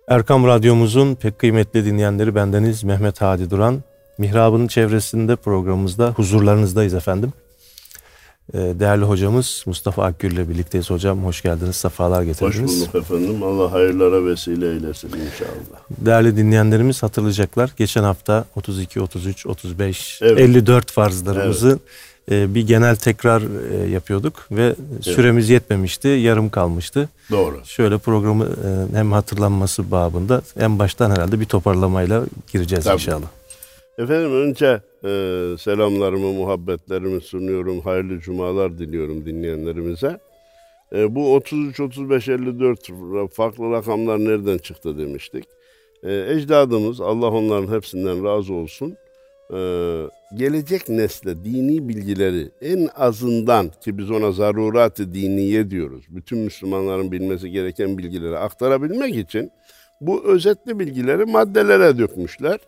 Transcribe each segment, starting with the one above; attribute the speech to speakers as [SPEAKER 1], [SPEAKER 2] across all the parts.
[SPEAKER 1] Erkam Radyomuzun pek kıymetli dinleyenleri, bendeniz Mehmet Hadi Duran. Mihrab'ın çevresinde programımızda huzurlarınızdayız efendim. Değerli hocamız Mustafa Akgül ile birlikteyiz. Hocam hoş geldiniz, sefalar getirdiniz.
[SPEAKER 2] Hoş bulduk efendim. Allah hayırlara vesile eylesin inşallah.
[SPEAKER 1] Değerli dinleyenlerimiz hatırlayacaklar. Geçen hafta 32, 33, 35,
[SPEAKER 2] evet.
[SPEAKER 1] 54 farzlarımızı bir genel tekrar yapıyorduk ve süremiz yetmemişti, yarım kalmıştı.
[SPEAKER 2] Doğru.
[SPEAKER 1] Şöyle programı hem hatırlanması babında en baştan herhalde bir toparlamayla gireceğiz
[SPEAKER 2] Tabii.
[SPEAKER 1] inşallah.
[SPEAKER 2] Efendim önce selamlarımı, muhabbetlerimi sunuyorum. Hayırlı cumalar diliyorum dinleyenlerimize. Bu 33, 35, 54 farklı rakamlar nereden çıktı demiştik. Ecdadımız, Allah onların hepsinden razı olsun, gelecek nesle dini bilgileri en azından, ki biz ona zarurat-ı diniye diyoruz, bütün Müslümanların bilmesi gereken bilgileri aktarabilmek için bu özetli bilgileri maddelere dökmüşler.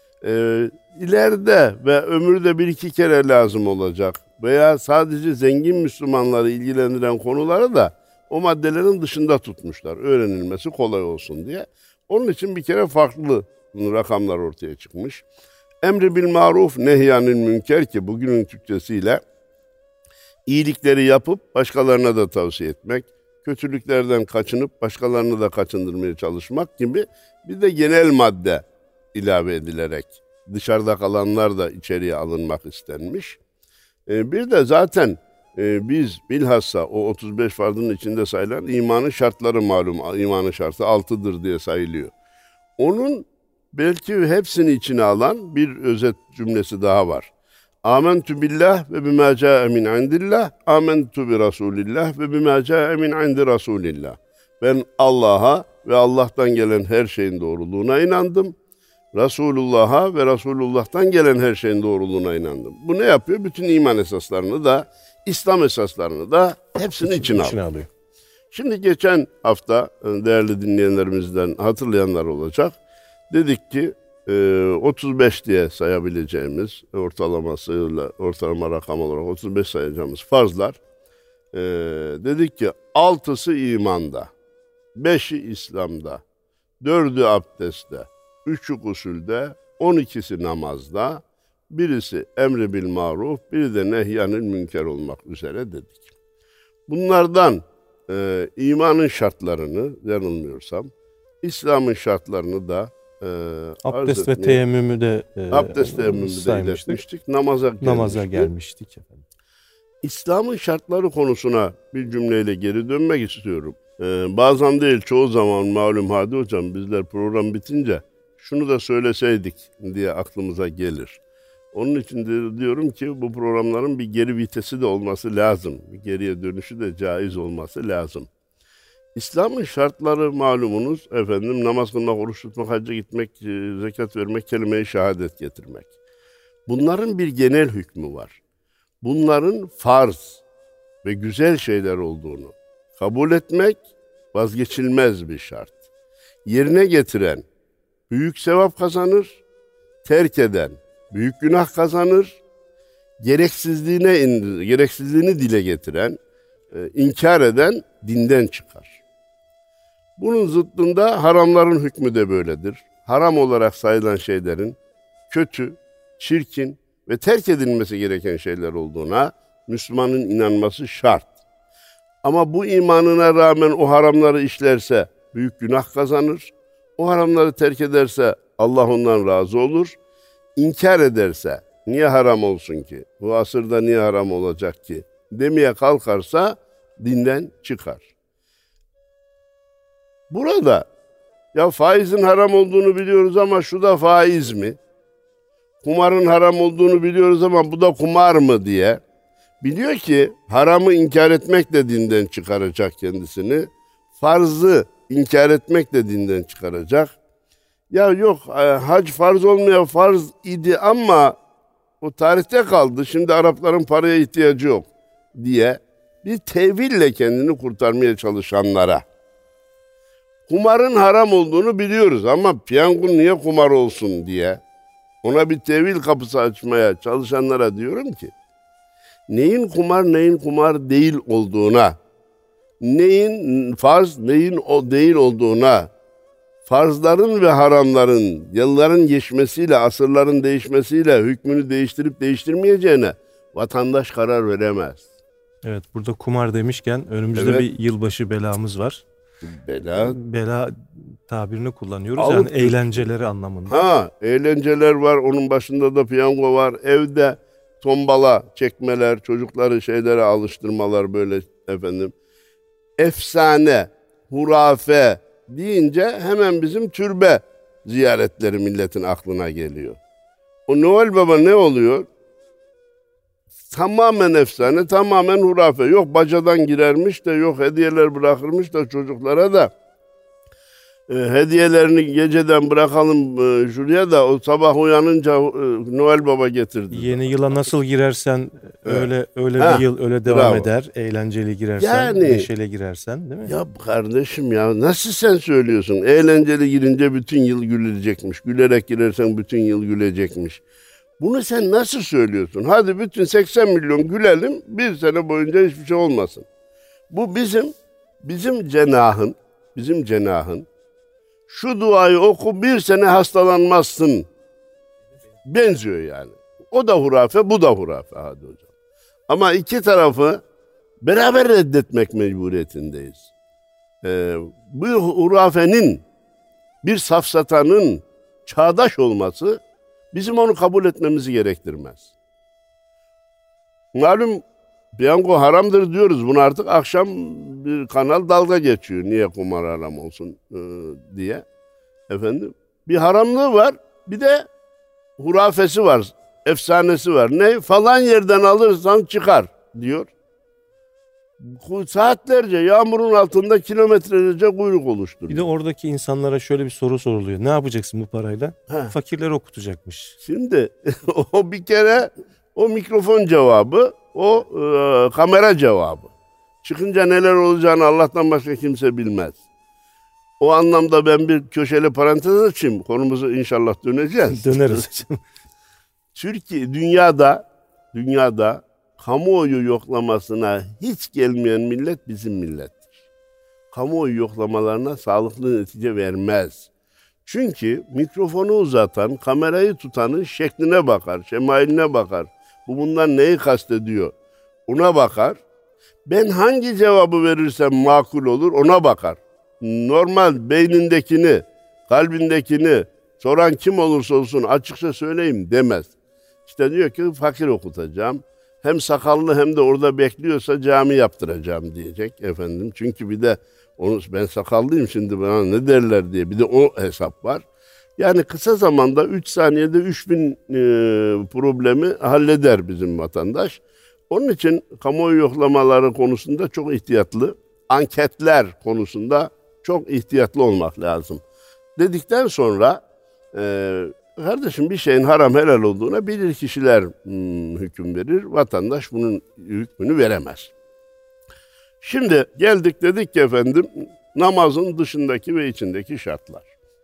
[SPEAKER 2] İleride ve ömürde bir iki kere lazım olacak veya sadece zengin Müslümanları ilgilendiren konuları da o maddelerin dışında tutmuşlar, öğrenilmesi kolay olsun diye. Onun için bir kere farklı rakamlar ortaya çıkmış. Emri bil maruf, nehyanil münker, ki bugünün Türkçesiyle iyilikleri yapıp başkalarına da tavsiye etmek, kötülüklerden kaçınıp başkalarını da kaçındırmaya çalışmak gibi bir de genel madde ilave edilerek dışarıda kalanlar da içeriye alınmak istenmiş. Bir de zaten biz bilhassa o 35 farzın içinde sayılan imanın şartları malum. İmanın şartı 6'dır diye sayılıyor. Onun belki hepsini içine alan bir özet cümlesi daha var. Âmentü billah ve bimâ câe min indillah, âmentü bi rasûlillah ve bimâ câe min indi rasûlillah. Ben Allah'a ve Allah'tan gelen her şeyin doğruluğuna inandım. Resulullah'a ve Resulullah'tan gelen her şeyin doğruluğuna inandım. Bu ne yapıyor? Bütün iman esaslarını da, İslam esaslarını da hepsini içine alıyor. Şimdi geçen hafta değerli dinleyenlerimizden hatırlayanlar olacak. Dedik ki 35 diye sayabileceğimiz ortalama rakam olarak 35 sayacağımız farzlar, dedik ki 6'sı imanda, 5'i İslam'da, 4'ü abdestte, 3'ü gusülde, 12'si namazda, birisi emri bil maruf, biri de nehyanil münker olmak üzere dedik. Bunlardan imanın şartlarını, yanılmıyorsam, İslam'ın şartlarını da
[SPEAKER 1] abdest ve teyemmümü de
[SPEAKER 2] iletmiştik. Namaza gelmiştik
[SPEAKER 1] efendim.
[SPEAKER 2] İslam'ın şartları konusuna bir cümleyle geri dönmek istiyorum. Bazen değil, çoğu zaman malum Hadi Hocam, bizler program bitince şunu da söyleseydik diye aklımıza gelir. Onun için de diyorum ki bu programların bir geri vitesi de olması lazım. Bir geriye dönüşü de caiz olması lazım. İslam'ın şartları malumunuz efendim, namaz kılmak, oruç tutmak, hacca gitmek, zekat vermek, kelime-i şehadet getirmek. Bunların bir genel hükmü var. Bunların farz ve güzel şeyler olduğunu kabul etmek vazgeçilmez bir şart. Yerine getiren büyük sevap kazanır, terk eden büyük günah kazanır, gereksizliğini dile getiren, inkar eden dinden çıkar. Bunun zıttında haramların hükmü de böyledir. Haram olarak sayılan şeylerin kötü, çirkin ve terk edilmesi gereken şeyler olduğuna Müslümanın inanması şart. Ama bu imanına rağmen o haramları işlerse büyük günah kazanır. O haramları terk ederse Allah ondan razı olur. İnkar ederse niye haram olsun ki? Bu asırda niye haram olacak ki? Demeye kalkarsa dinden çıkar. Burada ya faizin haram olduğunu biliyoruz ama şu da faiz mi? Kumarın haram olduğunu biliyoruz ama bu da kumar mı diye biliyor ki haramı inkar etmek de dinden çıkaracak kendisini. Farzı inkar etmek de dinden çıkaracak. Ya yok, hac farz olmayan farz idi ama o tarihte kaldı. Şimdi Arapların paraya ihtiyacı yok diye bir teville kendini kurtarmaya çalışanlara. Kumarın haram olduğunu biliyoruz ama piyango niye kumar olsun diye ona bir tevil kapısı açmaya çalışanlara diyorum ki neyin kumar neyin kumar değil olduğuna, neyin farz neyin o değil olduğuna farzların ve haramların yılların geçmesiyle, asırların değişmesiyle hükmünü değiştirip değiştirmeyeceğine vatandaş karar veremez.
[SPEAKER 1] Evet, burada kumar demişken önümüzde bir yılbaşı belamız var. Bela tabirini kullanıyoruz. Yani eğlenceleri anlamında.
[SPEAKER 2] Eğlenceler var. Onun başında da piyango var. Evde tombala çekmeler, çocukları şeylere alıştırmalar böyle efendim. Efsane, hurafe deyince hemen bizim türbe ziyaretleri milletin aklına geliyor. O Noel Baba ne oluyor? Tamamen efsane, tamamen hurafe. Yok bacadan girermiş de, yok hediyeler bırakırmış da çocuklara da. Hediyelerini geceden bırakalım şuraya da o sabah uyanınca Noel Baba getirdi.
[SPEAKER 1] Yeni yıla nasıl girersen öyle bir yıl öyle devam eder. Eğlenceli girersen, neşeli girersen, değil mi?
[SPEAKER 2] Ya kardeşim ya nasıl sen söylüyorsun? Eğlenceli girince bütün yıl gülecekmiş. Gülerek girersen bütün yıl gülecekmiş. Bunu sen nasıl söylüyorsun? Hadi bütün 80 milyon gülelim, bir sene boyunca hiçbir şey olmasın. Bu bizim cenahın şu duayı oku bir sene hastalanmazsın benziyor yani. O da hurafe, bu da hurafe hadi hocam. Ama iki tarafı beraber reddetmek mecburiyetindeyiz. Bu hurafenin, bir safsatanın çağdaş olması bizim onu kabul etmemizi gerektirmez. Malum piyango haramdır diyoruz. Bunu artık akşam bir kanal dalga geçiyor. Niye kumar haram olsun diye. Efendim bir haramlığı var. Bir de hurafesi var. Efsanesi var. Ne? Falan yerden alırsan çıkar diyor. Saatlerce yağmurun altında kilometrelerce kuyruk oluşturuyor.
[SPEAKER 1] Bir de oradaki insanlara şöyle bir soru soruluyor. Ne yapacaksın bu parayla? Fakirleri okutacakmış.
[SPEAKER 2] Şimdi o bir kere o mikrofon cevabı, o kamera cevabı. Çıkınca neler olacağını Allah'tan başka kimse bilmez. O anlamda ben bir köşeli parantez açayım. Konumuzu inşallah döneceğiz.
[SPEAKER 1] Döneriz.
[SPEAKER 2] Türkiye, dünyada kamuoyu yoklamasına hiç gelmeyen millet bizim millettir. Kamuoyu yoklamalarına sağlıklı netice vermez. Çünkü mikrofonu uzatan, kamerayı tutanın şekline bakar, şemailine bakar. Bu bundan neyi kastediyor? Ona bakar. Ben hangi cevabı verirsem makul olur ona bakar. Normal beynindekini, kalbindekini soran kim olursa olsun açıkça söyleyeyim demez. İşte diyor ki fakir okutacağım. Hem sakallı hem de orada bekliyorsa cami yaptıracağım diyecek efendim. Çünkü bir de onu ben sakallıyım şimdi bana ne derler diye bir de o hesap var. Yani kısa zamanda 3 saniyede 3000 problemi halleder bizim vatandaş. Onun için kamuoyu yoklamaları konusunda çok ihtiyatlı, anketler konusunda çok ihtiyatlı olmak lazım. Dedikten sonra kardeşim bir şeyin haram helal olduğuna bilir kişiler hüküm verir. Vatandaş bunun hükmünü veremez. Şimdi geldik dedik ki efendim namazın dışındaki ve içindeki şartlar.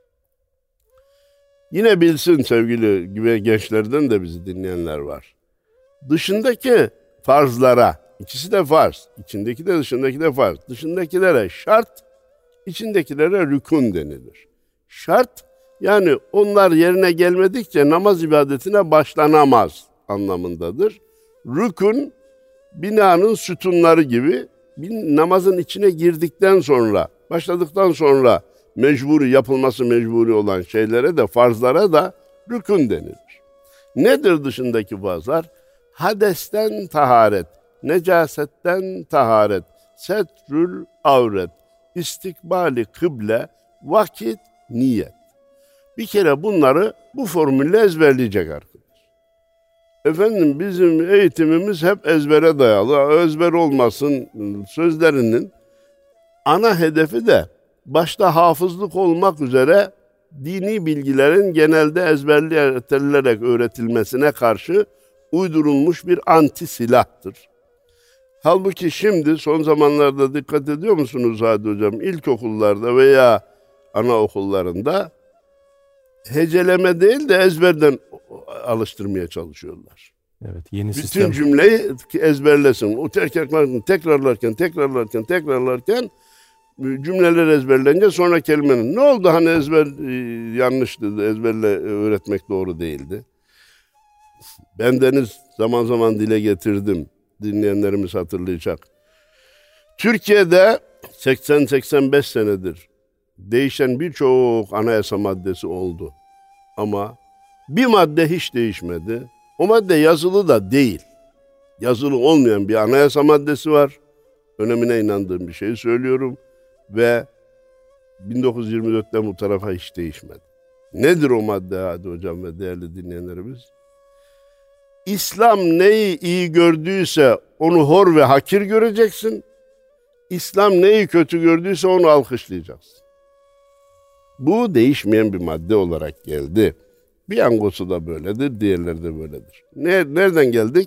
[SPEAKER 2] Yine bilsin sevgili gibi gençlerden de bizi dinleyenler var. Dışındaki farzlara, ikisi de farz, içindeki de dışındaki de farz. Dışındakilere şart, içindekilere rükun denilir. Şart, yani onlar yerine gelmedikçe namaz ibadetine başlanamaz anlamındadır. Rükun, binanın sütunları gibi namazın içine girdikten sonra, başladıktan sonra yapılması mecburi olan şeylere de, farzlara da rükun denilir. Nedir dışındaki farzlar? Hadesten taharet, necasetten taharet, setrül avret, istikbali kıble, vakit, niyet. Bir kere bunları bu formülle ezberleyecek arkadaş. Efendim bizim eğitimimiz hep ezbere dayalı. Ezber olmasın sözlerinin ana hedefi de başta hafızlık olmak üzere dini bilgilerin genelde ezberleyerek öğretilmesine karşı uydurulmuş bir anti silahtır. Halbuki şimdi son zamanlarda dikkat ediyor musunuz Hadi Hocam? İlkokullarda veya anaokullarında heceleme değil de ezberden alıştırmaya çalışıyorlar.
[SPEAKER 1] Evet, yeni
[SPEAKER 2] bütün
[SPEAKER 1] sistem.
[SPEAKER 2] Bütün cümleyi ezberlesin. O tekrarlarken Cümleler ezberlenince sonra kelimenin. Ne oldu hani ezber yanlıştı, ezberle öğretmek doğru değildi. Bendeniz zaman zaman dile getirdim. Dinleyenlerimiz hatırlayacak. Türkiye'de 80-85 senedir değişen birçok anayasa maddesi oldu. Ama bir madde hiç değişmedi. O madde yazılı da değil. Yazılı olmayan bir anayasa maddesi var. Önemine inandığım bir şeyi söylüyorum. Ve 1924'ten bu tarafa hiç değişmedi. Nedir o madde hadi hocam ve değerli dinleyenlerimiz? İslam neyi iyi gördüyse onu hor ve hakir göreceksin. İslam neyi kötü gördüyse onu alkışlayacaksın. Bu değişmeyen bir madde olarak geldi. Piyangosu da böyledir, diğerleri de böyledir. Nereden geldik?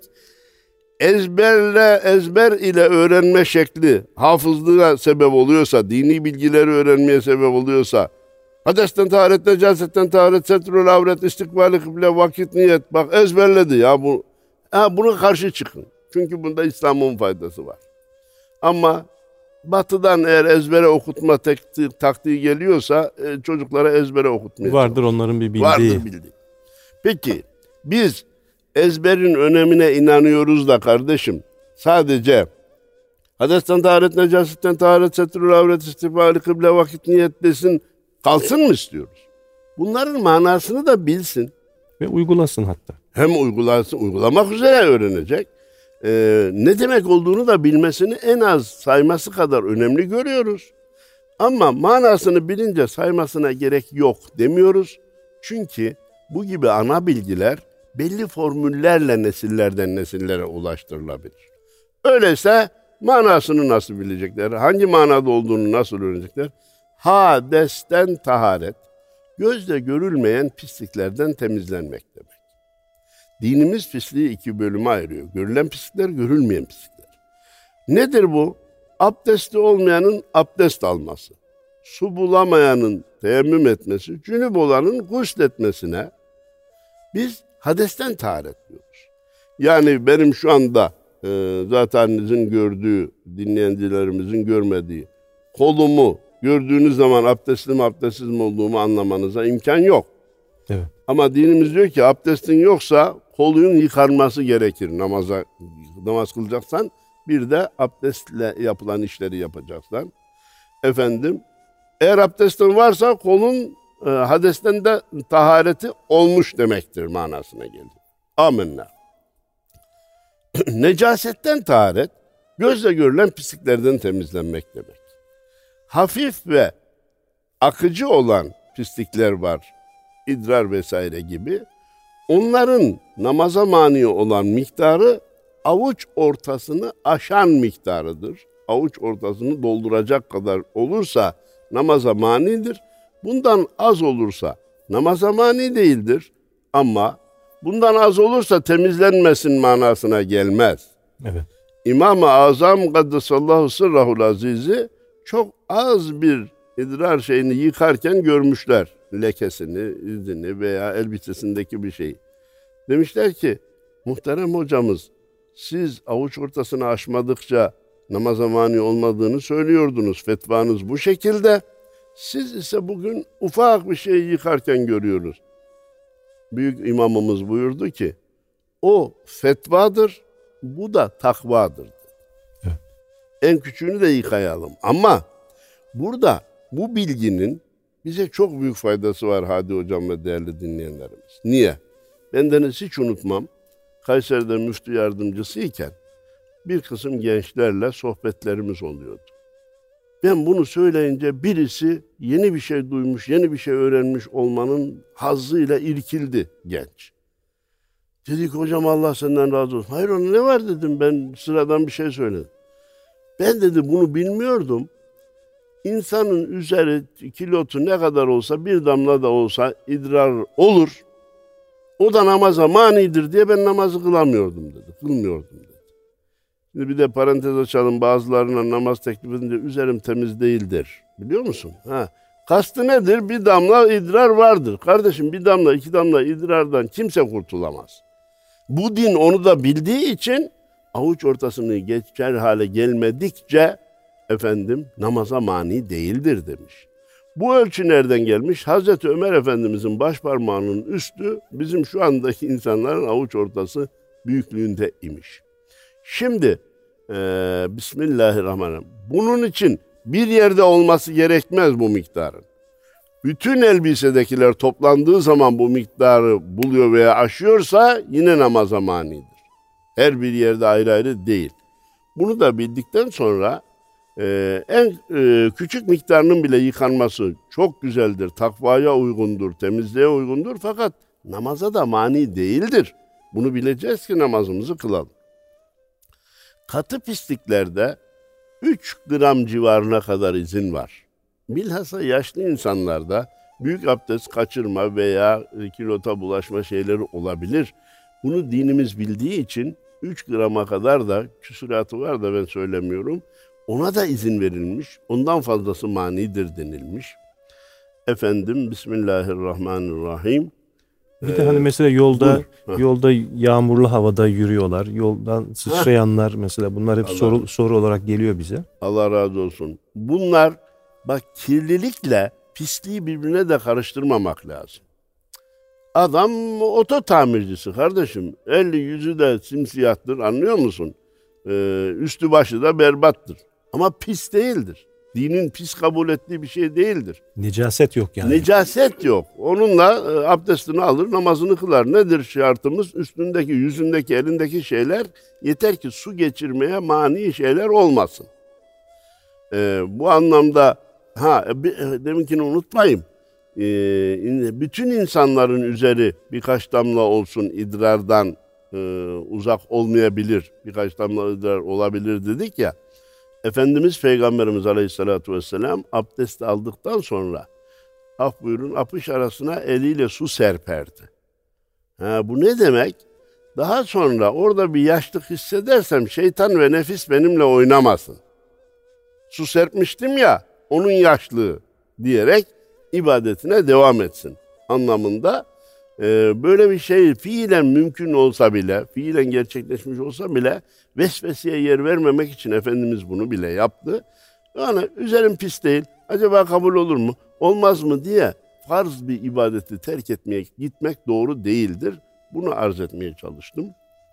[SPEAKER 2] Ezber ile öğrenme şekli hafızlığa sebep oluyorsa, dini bilgileri öğrenmeye sebep oluyorsa, hadesten taharet, necasetten taharet, setrül avret, istikbali kıble, vakit, niyet. Bak ezberledi ya bu. Buna karşı çıkın. Çünkü bunda İslam'ın faydası var. Ama Batı'dan eğer ezbere okutma taktiği geliyorsa çocuklara ezbere okutmaya
[SPEAKER 1] vardır onların bir bildiği.
[SPEAKER 2] Vardır bildiği. Peki biz ezberin önemine inanıyoruz da kardeşim sadece hadesten taharet, necasetten taharet, setrül avret, istikbali kıble, vakit, niyet desin kalsın mı istiyoruz? Bunların manasını da bilsin.
[SPEAKER 1] Ve uygulasın hatta.
[SPEAKER 2] Hem uygulasın, uygulamak üzere öğrenecek. Ne demek olduğunu da bilmesini en az sayması kadar önemli görüyoruz. Ama manasını bilince saymasına gerek yok demiyoruz. Çünkü bu gibi ana bilgiler belli formüllerle nesillerden nesillere ulaştırılabilir. Öyleyse manasını nasıl bilecekler? Hangi manada olduğunu nasıl öğrenecekler? Hadesten taharet, gözle görülmeyen pisliklerden temizlenmek demek. Dinimiz pisliği iki bölüme ayırıyor. Görülen pislikler, görülmeyen pislikler. Nedir bu? Abdesti olmayanın abdest alması, su bulamayanın teyemmüm etmesi, cünüp olanın gusletmesine biz hadesten taharet diyoruz. Yani benim şu anda zaten sizin gördüğü, dinleyicilerimizin görmediği kolumu gördüğünüz zaman abdestli mi abdestsiz mi olduğumu anlamanıza imkan yok.
[SPEAKER 1] Evet.
[SPEAKER 2] Ama dinimiz diyor ki abdestin yoksa kolun yıkanması gerekir namaz kılacaksan. Bir de abdestle yapılan işleri yapacaksan. Eğer abdestin varsa kolun hadesten de tahareti olmuş demektir manasına gelir. Amenna. Necasetten taharet, gözle görülen pisliklerden temizlenmek demek. Hafif ve akıcı olan pislikler var, idrar vesaire gibi. Onların namaza mani olan miktarı avuç ortasını aşan miktarıdır. Avuç ortasını dolduracak kadar olursa namaza manidir. Bundan az olursa namaza mani değildir. Ama bundan az olursa temizlenmesin manasına gelmez.
[SPEAKER 1] Evet.
[SPEAKER 2] İmam-ı Azam Kaddesallahu sırrahul azizi çok az bir idrar şeyini yıkarken görmüşler. Lekesini, izini veya elbisesindeki bir şey. Demişler ki, muhterem hocamız, siz avuç ortasını aşmadıkça namaza mani olmadığını söylüyordunuz. Fetvanız bu şekilde. Siz ise bugün ufak bir şeyi yıkarken görüyoruz. Büyük imamımız buyurdu ki, o fetvadır, bu da takvadır.
[SPEAKER 1] Evet.
[SPEAKER 2] En küçüğünü de yıkayalım. Ama burada bu bilginin bize çok büyük faydası var Hadi Hocam ve değerli dinleyenlerimiz. Niye? Bendeniz hiç unutmam. Kayseri'de müftü yardımcısıyken bir kısım gençlerle sohbetlerimiz oluyordu. Ben bunu söyleyince birisi yeni bir şey duymuş, yeni bir şey öğrenmiş olmanın hazzıyla irkildi genç. Dedik hocam Allah senden razı olsun. Hayır ona ne var dedim, ben sıradan bir şey söyledim. Ben dedi bunu bilmiyordum. İnsanın üzeri kilotu ne kadar olsa bir damla da olsa idrar olur. O da namaza manidir diye ben namazı kılamıyordum dedi. Kılmıyordum dedi. Şimdi bir de parantez açalım, bazılarına namaz teklif edince üzerim temiz değildir. Biliyor musun? Kastı nedir? Bir damla idrar vardır. Kardeşim bir damla iki damla idrardan kimse kurtulamaz. Bu din onu da bildiği için avuç ortasını geçer hale gelmedikçe namaza mani değildir demiş. Bu ölçü nereden gelmiş? Hazreti Ömer Efendimizin baş parmağının üstü bizim şu andaki insanların avuç ortası büyüklüğünde imiş. Şimdi Bismillahirrahmanirrahim. Bunun için bir yerde olması gerekmez bu miktarın. Bütün elbisedekiler toplandığı zaman bu miktarı buluyor veya aşıyorsa yine namaza manidir. Her bir yerde ayrı ayrı değil. Bunu da bildikten sonra en küçük miktarının bile yıkanması çok güzeldir. Takvaya uygundur, temizliğe uygundur fakat namaza da mani değildir. Bunu bileceğiz ki namazımızı kılalım. Katı pisliklerde 3 gram civarına kadar izin var. Bilhassa yaşlı insanlarda büyük abdest kaçırma veya kilota bulaşma şeyleri olabilir. Bunu dinimiz bildiği için 3 grama kadar da küsuratı var da ben söylemiyorum. Ona da izin verilmiş. Ondan fazlası manidir denilmiş. Bismillahirrahmanirrahim.
[SPEAKER 1] Bir de hani mesela yolda yağmurlu havada yürüyorlar. Yoldan sıçrayanlar mesela bunlar hep soru olarak geliyor bize.
[SPEAKER 2] Allah razı olsun. Bunlar bak kirlilikle pisliği birbirine de karıştırmamak lazım. Adam oto tamircisi kardeşim. Eli yüzü de simsiyahtır anlıyor musun? Üstü başı da berbattır. Ama pis değildir. Dinin pis kabul ettiği bir şey değildir.
[SPEAKER 1] Necaset yok yani.
[SPEAKER 2] Necaset yok. Onunla abdestini alır, namazını kılar. Nedir şartımız? Üstündeki, yüzündeki, elindeki şeyler yeter ki su geçirmeye mani şeyler olmasın. Bu anlamda deminkini unutmayın. Bütün insanların üzeri birkaç damla olsun idrardan uzak olmayabilir. Birkaç damla idrar olabilir dedik ya. Efendimiz Peygamberimiz Aleyhisselatü Vesselam abdest aldıktan sonra af buyurun apış arasına eliyle su serperdi. Bu ne demek? Daha sonra orada bir yaşlık hissedersem şeytan ve nefis benimle oynamasın. Su serpmiştim ya onun yaşlığı diyerek ibadetine devam etsin anlamında. Böyle bir şey fiilen mümkün olsa bile, fiilen gerçekleşmiş olsa bile vesveseye yer vermemek için Efendimiz bunu bile yaptı. Yani üzerim pis değil, acaba kabul olur mu, olmaz mı diye farz bir ibadeti terk etmeye gitmek doğru değildir. Bunu arz etmeye çalıştım.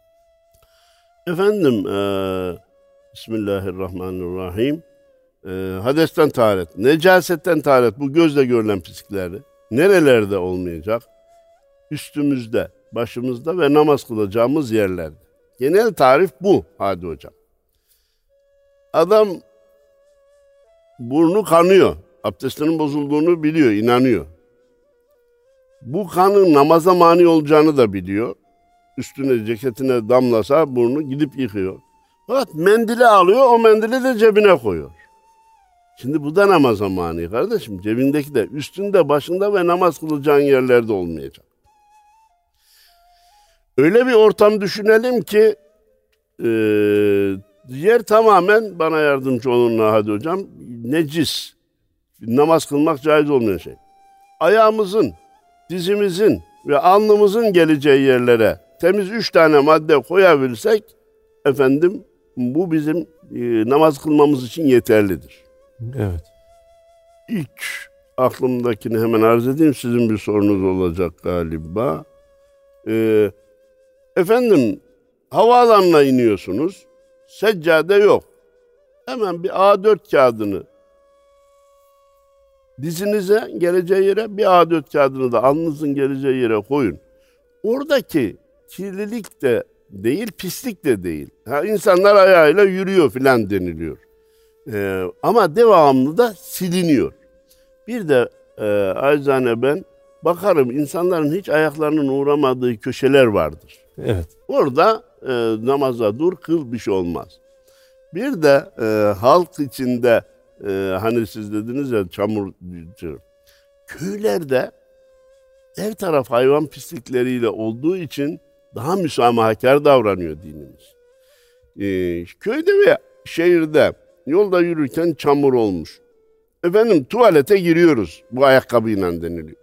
[SPEAKER 2] Bismillahirrahmanirrahim. Hadesten taharet, necasetten taharet, bu gözle görülen pislikleri nerelerde olmayacak? Üstümüzde, başımızda ve namaz kılacağımız yerlerde. Genel tarif bu Hadi Hocam. Adam burnu kanıyor. Abdestinin bozulduğunu biliyor, inanıyor. Bu kanın namaza mani olacağını da biliyor. Üstüne, ceketine damlasa burnu gidip yıkıyor. Fakat mendili alıyor, o mendili de cebine koyuyor. Şimdi bu da namaza mani kardeşim. Cebindeki de üstünde, başında ve namaz kılacağın yerlerde olmayacak. Öyle bir ortam düşünelim ki yer tamamen bana yardımcı olun Hadi Hocam. Necis. Namaz kılmak caiz olmayan şey. Ayağımızın, dizimizin ve alnımızın geleceği yerlere temiz 3 tane madde koyabilirsek bu bizim namaz kılmamız için yeterlidir.
[SPEAKER 1] Evet.
[SPEAKER 2] İlk aklımdakini hemen arz edeyim. Sizin bir sorunuz olacak galiba. Havaalanına iniyorsunuz. Seccade yok. Hemen bir A4 kağıdını dizinize geleceği yere, bir A4 kağıdını da alnınızın geleceği yere koyun. Oradaki kirlilik de değil, pislik de değil. İnsanlar ayağıyla yürüyor filan deniliyor. Ama devamlı da siliniyor. Bir de acizane ben bakarım insanların hiç ayaklarının uğramadığı köşeler vardır.
[SPEAKER 1] Evet.
[SPEAKER 2] Orada namaza dur, kıl bir şey olmaz. Bir de halk içinde hani siz dediniz ya çamurcu. Köylerde her taraf hayvan pislikleriyle olduğu için daha müsamahakar davranıyor dinimiz. Köyde ve şehirde yolda yürürken çamur olmuş. Tuvalete giriyoruz bu ayakkabıyla deniliyor.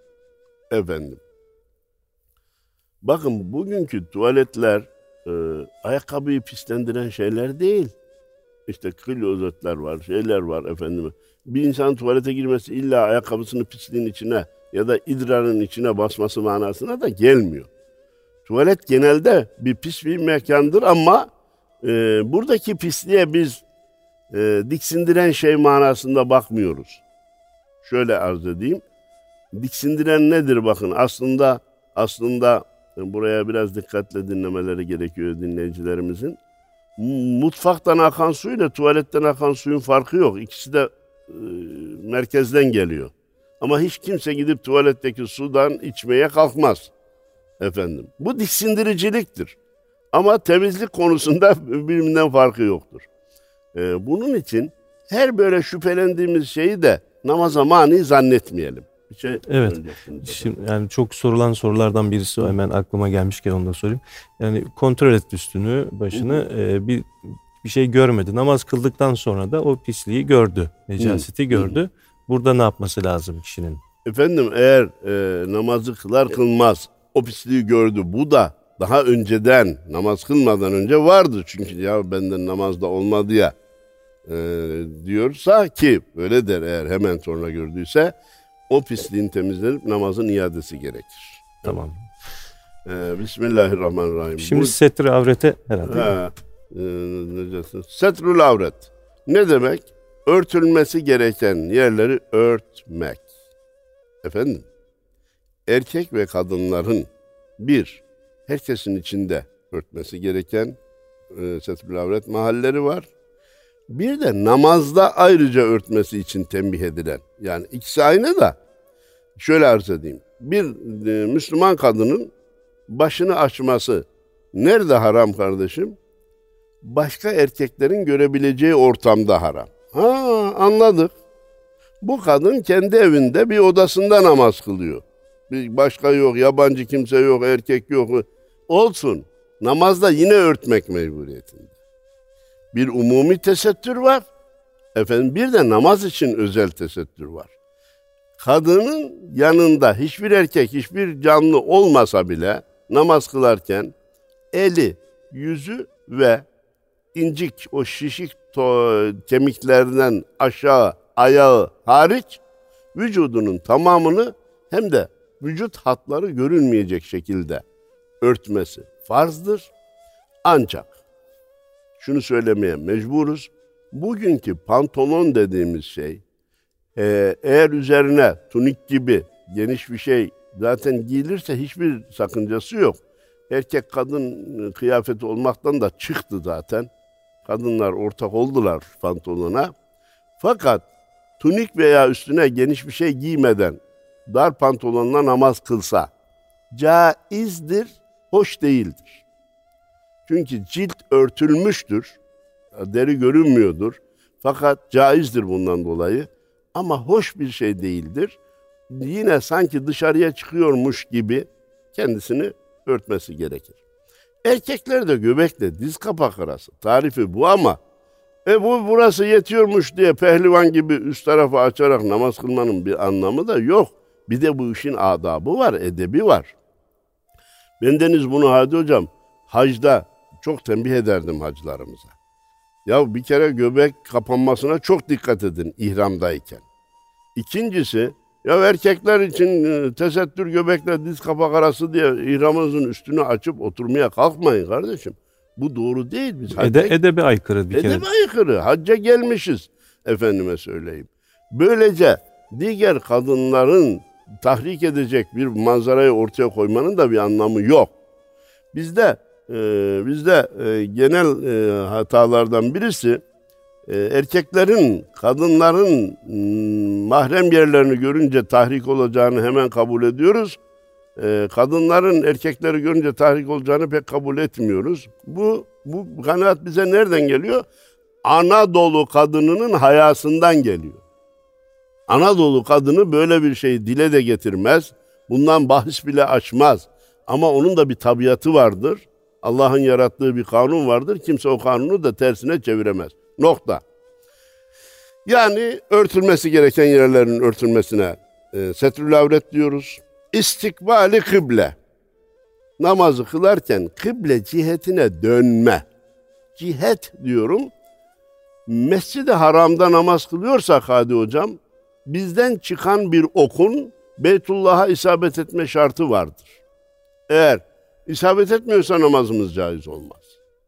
[SPEAKER 2] Bakın bugünkü tuvaletler ayakkabıyı pislendiren şeyler değil. İşte klozetler var, şeyler var efendim. Bir insan tuvalete girmesi illa ayakkabısını pisliğin içine ya da idrarın içine basması manasına da gelmiyor. Tuvalet genelde bir pis bir mekandır ama buradaki pisliğe biz diksindiren şey manasında bakmıyoruz. Şöyle arz edeyim. Diksindiren nedir bakın? Aslında buraya biraz dikkatle dinlemeleri gerekiyor dinleyicilerimizin. Mutfaktan akan suyla tuvaletten akan suyun farkı yok. İkisi de merkezden geliyor. Ama hiç kimse gidip tuvaletteki sudan içmeye kalkmaz. Efendim. Bu diksindiriciliktir. Ama temizlik konusunda birbirinden farkı yoktur. Bunun için her böyle şüphelendiğimiz şeyi de namaza mani zannetmeyelim.
[SPEAKER 1] Evet. Şimdi yani çok sorulan sorulardan birisi o. Hemen aklıma gelmişken onu da sorayım. Yani kontrol et üstünü, başını, bir şey görmedi. Namaz kıldıktan sonra da o pisliği gördü, necaseti gördü. Burada ne yapması lazım kişinin?
[SPEAKER 2] Efendim eğer namazı kılar kılmaz o pisliği gördü. Bu da daha önceden namaz kılmadan önce vardı. Çünkü ya benden namazda olmadı ya diyorsa ki öyle der eğer hemen sonra gördüyse o pisliğin temizlenip namazın iadesi gerekir.
[SPEAKER 1] Tamam.
[SPEAKER 2] Bismillahirrahmanirrahim.
[SPEAKER 1] Şimdi setr-i avrete herhalde.
[SPEAKER 2] Setrül avret. Ne demek? Örtülmesi gereken yerleri örtmek. Efendim, erkek ve kadınların herkesin içinde örtmesi gereken setrül avret mahalleri var. Bir de namazda ayrıca örtmesi için tembih edilen. Yani ikisi aynı da şöyle arz edeyim. Bir Müslüman kadının başını açması nerede haram kardeşim? Başka erkeklerin görebileceği ortamda haram. Anladık. Bu kadın kendi evinde bir odasında namaz kılıyor. Bir başka yok, yabancı kimse yok, erkek yok. Olsun. Namazda yine örtmek mecburiyetinde. Bir umumi tesettür var. Efendim bir de namaz için özel tesettür var. Kadının yanında hiçbir erkek, hiçbir canlı olmasa bile namaz kılarken eli, yüzü ve incik o şişik kemiklerden aşağı ayağı hariç vücudunun tamamını hem de vücut hatları görünmeyecek şekilde örtmesi farzdır. Ancak şunu söylemeye mecburuz. Bugünkü pantolon dediğimiz şey eğer üzerine tunik gibi geniş bir şey zaten giyilirse hiçbir sakıncası yok. Erkek kadın kıyafeti olmaktan da çıktı zaten. Kadınlar ortak oldular pantolona. Fakat tunik veya üstüne geniş bir şey giymeden dar pantolonla namaz kılsa caizdir, hoş değildir. Çünkü cilt örtülmüştür, deri görünmüyordur. Fakat caizdir bundan dolayı ama hoş bir şey değildir. Yine sanki dışarıya çıkıyormuş gibi kendisini örtmesi gerekir. Erkekler de göbekle diz kapak arası. Tarifi bu ama burası yetiyormuş diye pehlivan gibi üst tarafı açarak namaz kılmanın bir anlamı da yok. Bir de bu işin adabı var, edebi var. Bendeniz bunu Hadi Hocam hacda çok tembih ederdim hacılarımıza. Ya bir kere göbek kapanmasına çok dikkat edin ihramdayken. İkincisi ya erkekler için tesettür göbekle diz kapak arası diye ihramınızın üstünü açıp oturmaya kalkmayın kardeşim. Bu doğru değil. Biz
[SPEAKER 1] edebe aykırı bir kere.
[SPEAKER 2] Edebe aykırı. Hacca gelmişiz efendime söyleyeyim. Böylece diğer kadınların tahrik edecek bir manzarayı ortaya koymanın da bir anlamı yok. Bizde genel hatalardan birisi erkeklerin kadınların mahrem yerlerini görünce tahrik olacağını hemen kabul ediyoruz. Kadınların erkekleri görünce tahrik olacağını pek kabul etmiyoruz. Bu kanaat bize nereden geliyor? Anadolu kadınının hayasından geliyor. Anadolu kadını böyle bir şeyi dile de getirmez. Bundan bahis bile açmaz. Ama onun da bir tabiatı vardır. Allah'ın yarattığı bir kanun vardır. Kimse o kanunu da tersine çeviremez. Nokta. Yani örtülmesi gereken yerlerin örtülmesine setrül avret diyoruz. İstikbali kıble. Namazı kılarken kıble cihetine dönme. Cihet diyorum. Mescid-i Haram'da namaz kılıyorsak Hadi Hocam, bizden çıkan bir okun Beytullah'a isabet etme şartı vardır. Eğer isabet etmiyorsa namazımız caiz olmaz.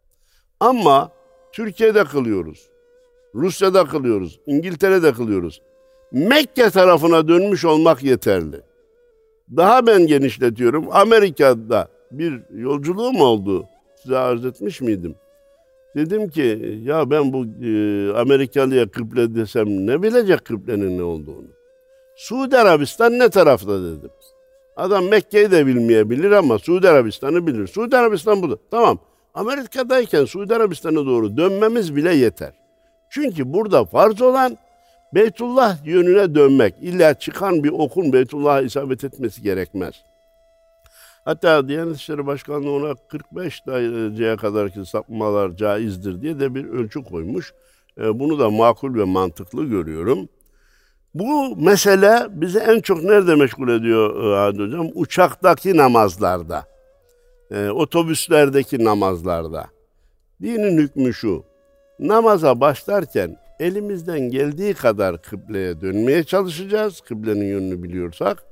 [SPEAKER 2] Ama Türkiye'de kılıyoruz, Rusya'da kılıyoruz, İngiltere'de kılıyoruz. Mekke tarafına dönmüş olmak yeterli. Daha ben genişletiyorum. Amerika'da bir yolculuğum oldu. Size arz etmiş miydim? Dedim ki ya ben bu Amerikalıya kıble desem ne bilecek kıblenin ne olduğunu? Suudi Arabistan ne tarafta dedim. Adam Mekke'yi de bilmeyebilir ama Suudi Arabistan'ı bilir. Suudi Arabistan burada. Tamam. Amerika'dayken Suudi Arabistan'a doğru dönmemiz bile yeter. Çünkü burada farz olan Beytullah yönüne dönmek. İlla çıkan bir okun Beytullah'a isabet etmesi gerekmez. Hatta Diyanet İşleri Başkanlığı ona 45 dereceye kadarki sapmalar caizdir diye de bir ölçü koymuş. Bunu da makul ve mantıklı görüyorum. Bu mesele bizi en çok nerede meşgul ediyor Hadi Hocam? Uçaktaki namazlarda, otobüslerdeki namazlarda. Dinin hükmü şu, namaza başlarken elimizden geldiği kadar kıbleye dönmeye çalışacağız, kıblenin yönünü biliyorsak.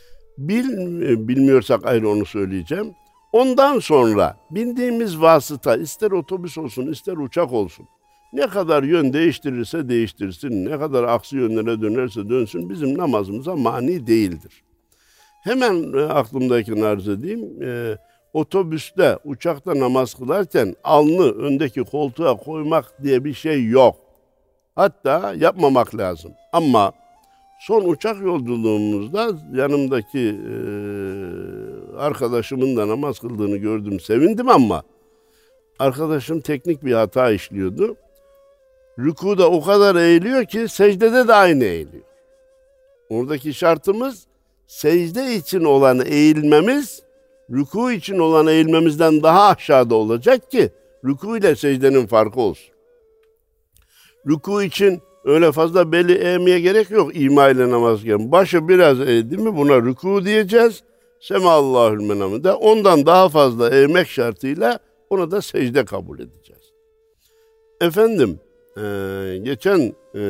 [SPEAKER 2] Bilmiyorsak ayrı onu söyleyeceğim. Ondan sonra bindiğimiz vasıta ister otobüs olsun ister uçak olsun. Ne kadar yön değiştirirse değiştirsin, ne kadar aksi yönlere dönerse dönsün bizim namazımıza mani değildir. Hemen aklımdakini arz edeyim. Otobüste, uçakta namaz kılarken alnı öndeki koltuğa koymak diye bir şey yok. Hatta yapmamak lazım. Ama son uçak yolculuğumuzda yanımdaki arkadaşımın da namaz kıldığını gördüm, sevindim ama arkadaşım teknik bir hata işliyordu. Rükuda o kadar eğiliyor ki secdede de aynı eğiliyor. Oradaki şartımız secde için olan eğilmemiz, rükû için olan eğilmemizden daha aşağıda olacak ki rükû ile secdenin farkı olsun. Rükû için öyle fazla beli eğmeye gerek yok ima ile namaz kılırken. Başı biraz eğdi mi buna rükû diyeceğiz. Semallahül menamide. Ondan daha fazla eğmek şartıyla ona da secde kabul edeceğiz. Efendim, geçen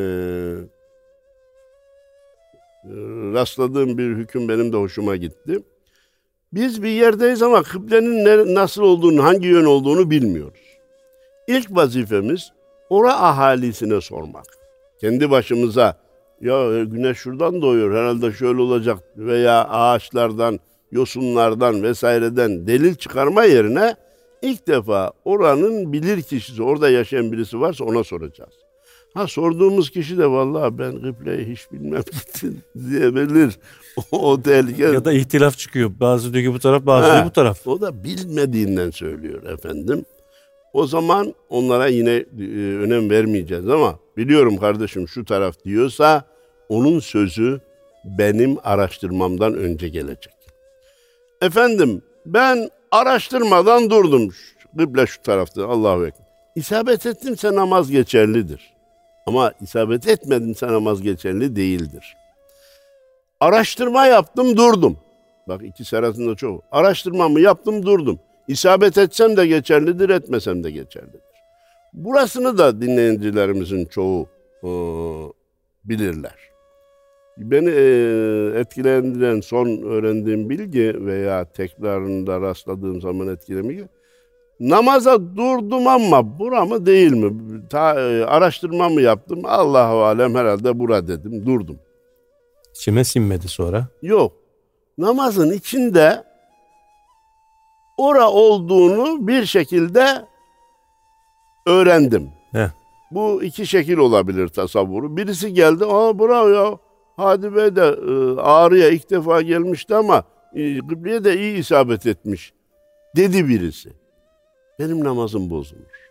[SPEAKER 2] rastladığım bir hüküm benim de hoşuma gitti. Biz bir yerdeyiz ama kıblenin nasıl olduğunu, hangi yön olduğunu bilmiyoruz. İlk vazifemiz ora ahalisine sormak. Kendi başımıza, ya güneş şuradan doğuyor, herhalde şöyle olacak veya ağaçlardan, yosunlardan vesaireden delil çıkarma yerine ilk defa oranın bilir kişisi, orada yaşayan birisi varsa ona soracağız. Sorduğumuz kişi de vallahi ben kıbleyi hiç bilmem gittim diyebilir. O tehlike.
[SPEAKER 1] Ya da ihtilaf çıkıyor. Bazı diyor ki bu taraf, bazı diyor bu taraf.
[SPEAKER 2] O da bilmediğinden söylüyor efendim. O zaman onlara yine önem vermeyeceğiz ama biliyorum kardeşim şu taraf diyorsa onun sözü benim araştırmamdan önce gelecek. Efendim ben araştırmadan durdum. Kıble şu tarafta, Allahu Ekber. İsabet ettimse namaz geçerlidir. Ama isabet etmedimse namaz geçerli değildir. Araştırma yaptım durdum. Bak ikisi arasında çok. Araştırmamı yaptım durdum. İsabet etsem de geçerlidir, etmesem de geçerlidir. Burasını da dinleyicilerimizin çoğu bilirler. Beni etkilendiren son öğrendiğim bilgi veya tekrarında rastladığım zaman etkilemeyi, namaza durdum ama bura mı değil mi? Araştırma mı yaptım? Allahu alem herhalde bura dedim, durdum.
[SPEAKER 1] İçime sinmedi sonra.
[SPEAKER 2] Yok. Namazın içinde ora olduğunu bir şekilde öğrendim.
[SPEAKER 1] Heh.
[SPEAKER 2] Bu iki şekil olabilir tasavvuru. Birisi geldi, bravo ya. Hadi Bey de Ağrı'ya ilk defa gelmişti ama kıbleye de iyi isabet etmiş dedi birisi. Benim namazım bozulmuş.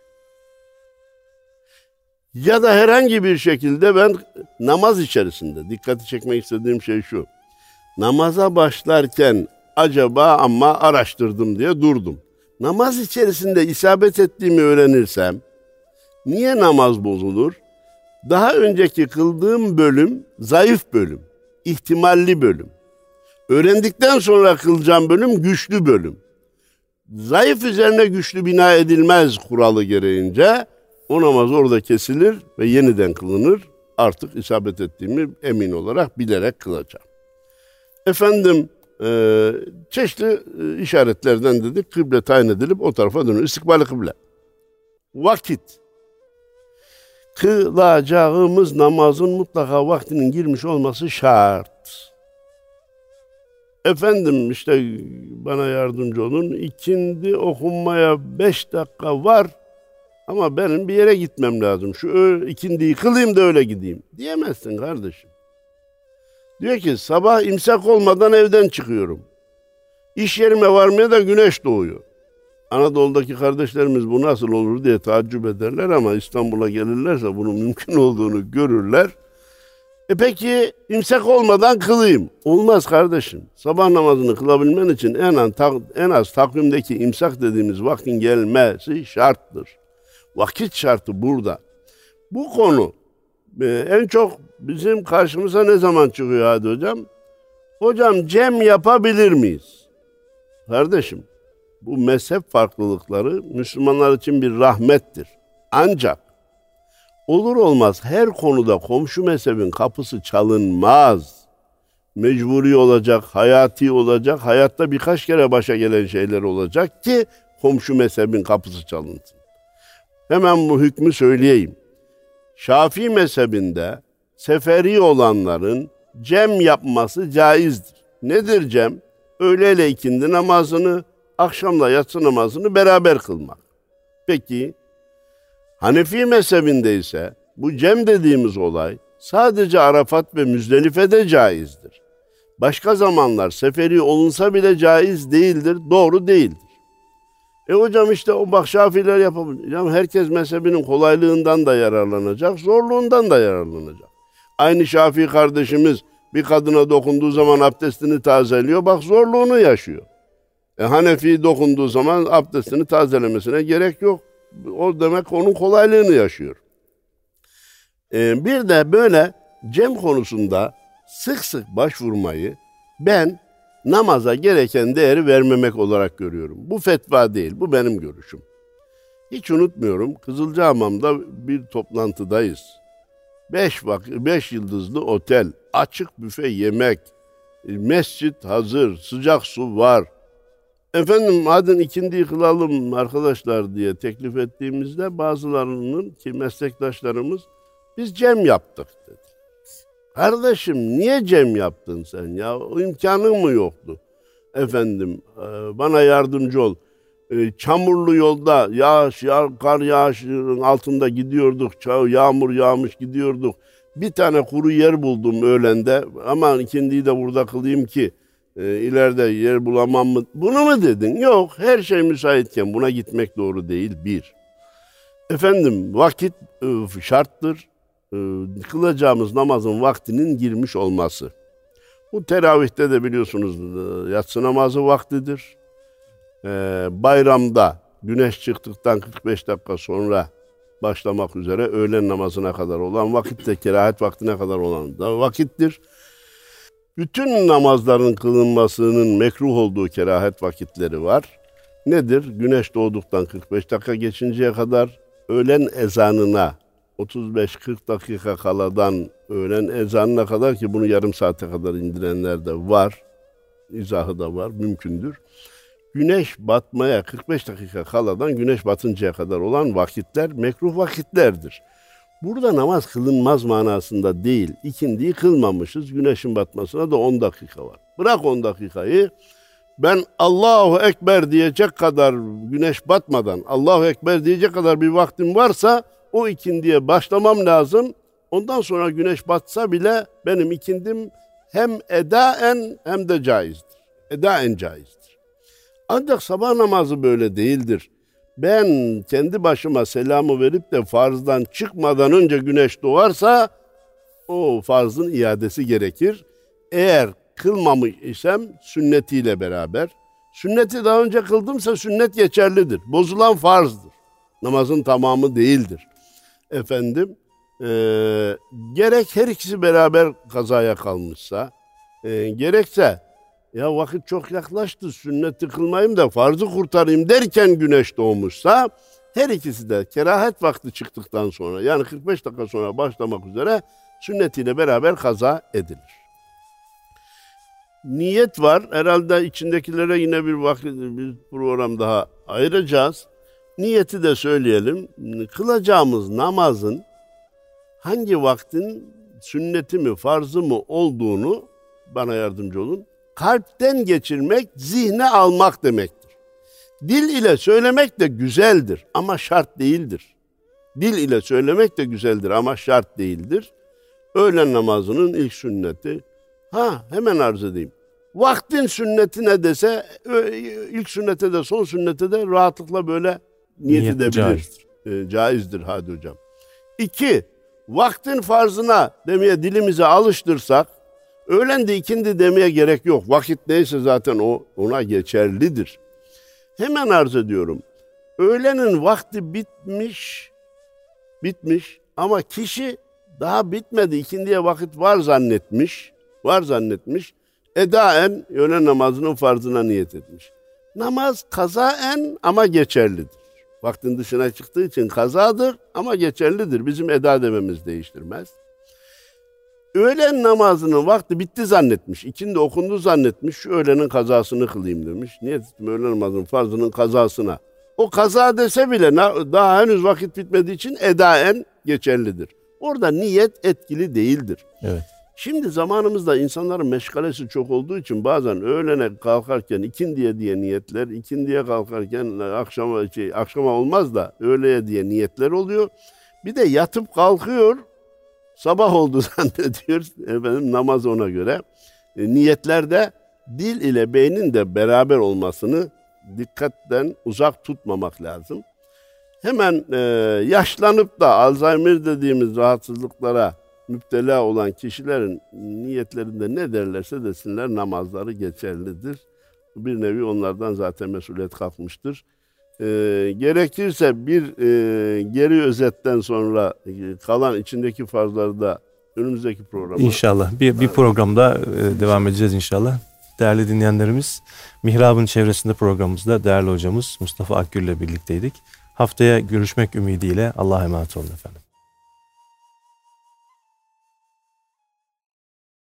[SPEAKER 2] Ya da herhangi bir şekilde ben namaz içerisinde, dikkati çekmek istediğim şey şu. Namaza başlarken acaba ama araştırdım diye durdum. Namaz içerisinde isabet ettiğimi öğrenirsem, niye namaz bozulur? Daha önceki kıldığım bölüm zayıf bölüm, ihtimalli bölüm. Öğrendikten sonra kılacağım bölüm güçlü bölüm. Zayıf üzerine güçlü bina edilmez kuralı gereğince o namaz orada kesilir ve yeniden kılınır. Artık isabet ettiğimi emin olarak bilerek kılacağım. Efendim çeşitli işaretlerden dedik kıble tayin edilip o tarafa dönüyor. İstikbal-i kıble. Vakit. Kılacağımız namazın mutlaka vaktinin girmiş olması şart. Efendim işte bana yardımcı olun. İkindi okunmaya 5 dakika var ama benim bir yere gitmem lazım. Şu ikindiyi kılayım da öyle gideyim. Diyemezsin kardeşim. Diyor ki sabah imsak olmadan evden çıkıyorum. İş yerime varmaya da güneş doğuyor. Anadolu'daki kardeşlerimiz bu nasıl olur diye taaccüp ederler ama İstanbul'a gelirlerse bunun mümkün olduğunu görürler. Peki imsak olmadan kılayım. Olmaz kardeşim. Sabah namazını kılabilmen için en az takvimdeki imsak dediğimiz vaktin gelmesi şarttır. Vakit şartı burada. Bu konu en çok bizim karşımıza ne zaman çıkıyor Hadi Hocam? Hocam cem yapabilir miyiz? Kardeşim bu mezhep farklılıkları Müslümanlar için bir rahmettir. Ancak olur olmaz her konuda komşu mezhebin kapısı çalınmaz. Mecburi olacak, hayati olacak, hayatta birkaç kere başa gelen şeyler olacak ki komşu mezhebin kapısı çalınsın. Hemen bu hükmü söyleyeyim. Şafii mezhebinde seferi olanların cem yapması caizdir. Nedir cem? Öğleyle ikindi namazını, akşamla yatsı namazını beraber kılmak. Peki, Hanefi mezhebinde ise bu cem dediğimiz olay sadece Arafat ve Müzdelife'de caizdir. Başka zamanlar seferi olunsa bile caiz değildir, doğru değildir. Hocam işte o bak Şafiiler yapabilir. Yani herkes mezhebinin kolaylığından da yararlanacak, zorluğundan da yararlanacak. Aynı Şafii kardeşimiz bir kadına dokunduğu zaman abdestini tazeliyor, bak zorluğunu yaşıyor. Hanefi dokunduğu zaman abdestini tazelemesine gerek yok. O demek onun kolaylığını yaşıyor. Bir de böyle cem konusunda sık sık başvurmayı ben namaza gereken değeri vermemek olarak görüyorum. Bu fetva değil, bu benim görüşüm. Hiç unutmuyorum, Kızılcahamam'da bir toplantıdayız. 5 yıldızlı otel, açık büfe yemek, mescit hazır, sıcak su var. Efendim hadi ikindiyi kılalım arkadaşlar diye teklif ettiğimizde bazılarının ki meslektaşlarımız biz cem yaptık dedi. Kardeşim niye cem yaptın sen ya? O imkanın mı yoktu? Efendim bana yardımcı ol. Çamurlu yolda kar yağışının altında gidiyorduk. Yağmur yağmış gidiyorduk. Bir tane kuru yer buldum öğlende. Aman ikindiyi de burada kılayım ki ileride yer bulamam mı? Bunu mu dedin? Yok. Her şey müsaitken buna gitmek doğru değil. Bir. Efendim vakit şarttır. Kılacağımız namazın vaktinin girmiş olması. Bu teravihte de biliyorsunuz yatsı namazı vaktidir. Bayramda güneş çıktıktan 45 dakika sonra başlamak üzere öğlen namazına kadar olan vakitte kerahet vaktine kadar olan da vakittir. Bütün namazların kılınmasının mekruh olduğu kerahet vakitleri var. Nedir? Güneş doğduktan 45 dakika geçinceye kadar öğlen ezanına 35-40 dakika kaladan öğlen ezanına kadar ki bunu yarım saate kadar indirenler de var. İzahı da var, mümkündür. Güneş batmaya 45 dakika kaladan güneş batıncaya kadar olan vakitler mekruh vakitlerdir. Burada namaz kılınmaz manasında değil. İkindiyi kılmamışız. Güneşin batmasına da 10 dakika var. Bırak 10 dakikayı. Ben Allahu Ekber diyecek kadar güneş batmadan Allahu Ekber diyecek kadar bir vaktim varsa o ikindiye başlamam lazım. Ondan sonra güneş batsa bile benim ikindim hem edaen hem de caizdir. Edaen caizdir. Ancak sabah namazı böyle değildir. Ben kendi başıma selamı verip de farzdan çıkmadan önce güneş doğarsa o farzın iadesi gerekir. Eğer kılmamış isem sünnetiyle beraber. Sünneti daha önce kıldımsa sünnet geçerlidir. Bozulan farzdır. Namazın tamamı değildir. Efendim gerek her ikisi beraber kazaya kalmışsa gerekse ya vakit çok yaklaştı sünneti kılmayayım da farzı kurtarayım derken güneş doğmuşsa Her ikisi de kerahet vakti çıktıktan sonra, yani 45 dakika sonra başlamak üzere sünnetiyle beraber kaza edilir. Niyet var. Herhalde içindekilere yine bir program daha ayıracağız. Niyeti de söyleyelim. Kılacağımız namazın hangi vaktin sünneti mi, farzı mı olduğunu bana yardımcı olun. Kalpten geçirmek, zihne almak demektir. Dil ile söylemek de güzeldir ama şart değildir. Dil ile söylemek de güzeldir ama şart değildir. Öğlen namazının ilk sünneti. Hemen arz edeyim. Vaktin sünneti ne dese, ilk sünnete de son sünnete de rahatlıkla böyle niyet edebilir. Caizdir hadi hocam. 2. Vaktin farzına demeye dilimize alıştırsak, öğlen de ikindi demeye gerek yok. Vakit neyse zaten ona geçerlidir. Hemen arz ediyorum. Öğlenin vakti bitmiş ama kişi daha bitmedi, ikindiye vakit var zannetmiş. Edaen öğlen namazının farzına niyet etmiş. Namaz kazaen ama geçerlidir. Vaktin dışına çıktığı için kazadır ama geçerlidir. Bizim eda dememiz değiştirmez. Öğlen namazının vakti bitti zannetmiş. İkindi okundu zannetmiş. Şu öğlenin kazasını kılayım demiş. Niyet ettim öğlen namazının farzının kazasına. O kaza dese bile daha henüz vakit bitmediği için edaen geçerlidir. Orada niyet etkili değildir.
[SPEAKER 1] Evet.
[SPEAKER 2] Şimdi zamanımızda insanların meşgalesi çok olduğu için bazen öğlene kalkarken ikindiye diye niyetler, ikindiye kalkarken akşama olmaz da öğleye diye niyetler oluyor. Bir de yatıp kalkıyor, sabah oldu zannediyor. Namaz ona göre. Niyetlerde dil ile beynin de beraber olmasını dikkatten uzak tutmamak lazım. Hemen yaşlanıp da Alzheimer dediğimiz rahatsızlıklara müptela olan kişilerin niyetlerinde ne derlerse desinler namazları geçerlidir. Bir nevi onlardan zaten mesuliyet kalkmıştır. Gerekirse bir geri özetten sonra kalan içindeki farzları da önümüzdeki programda.
[SPEAKER 1] İnşallah bir programda devam edeceğiz inşallah. Değerli dinleyenlerimiz, Mihrab'ın çevresinde programımızda değerli hocamız Mustafa Akgül ile birlikteydik. Haftaya görüşmek ümidiyle Allah'a emanet olun efendim.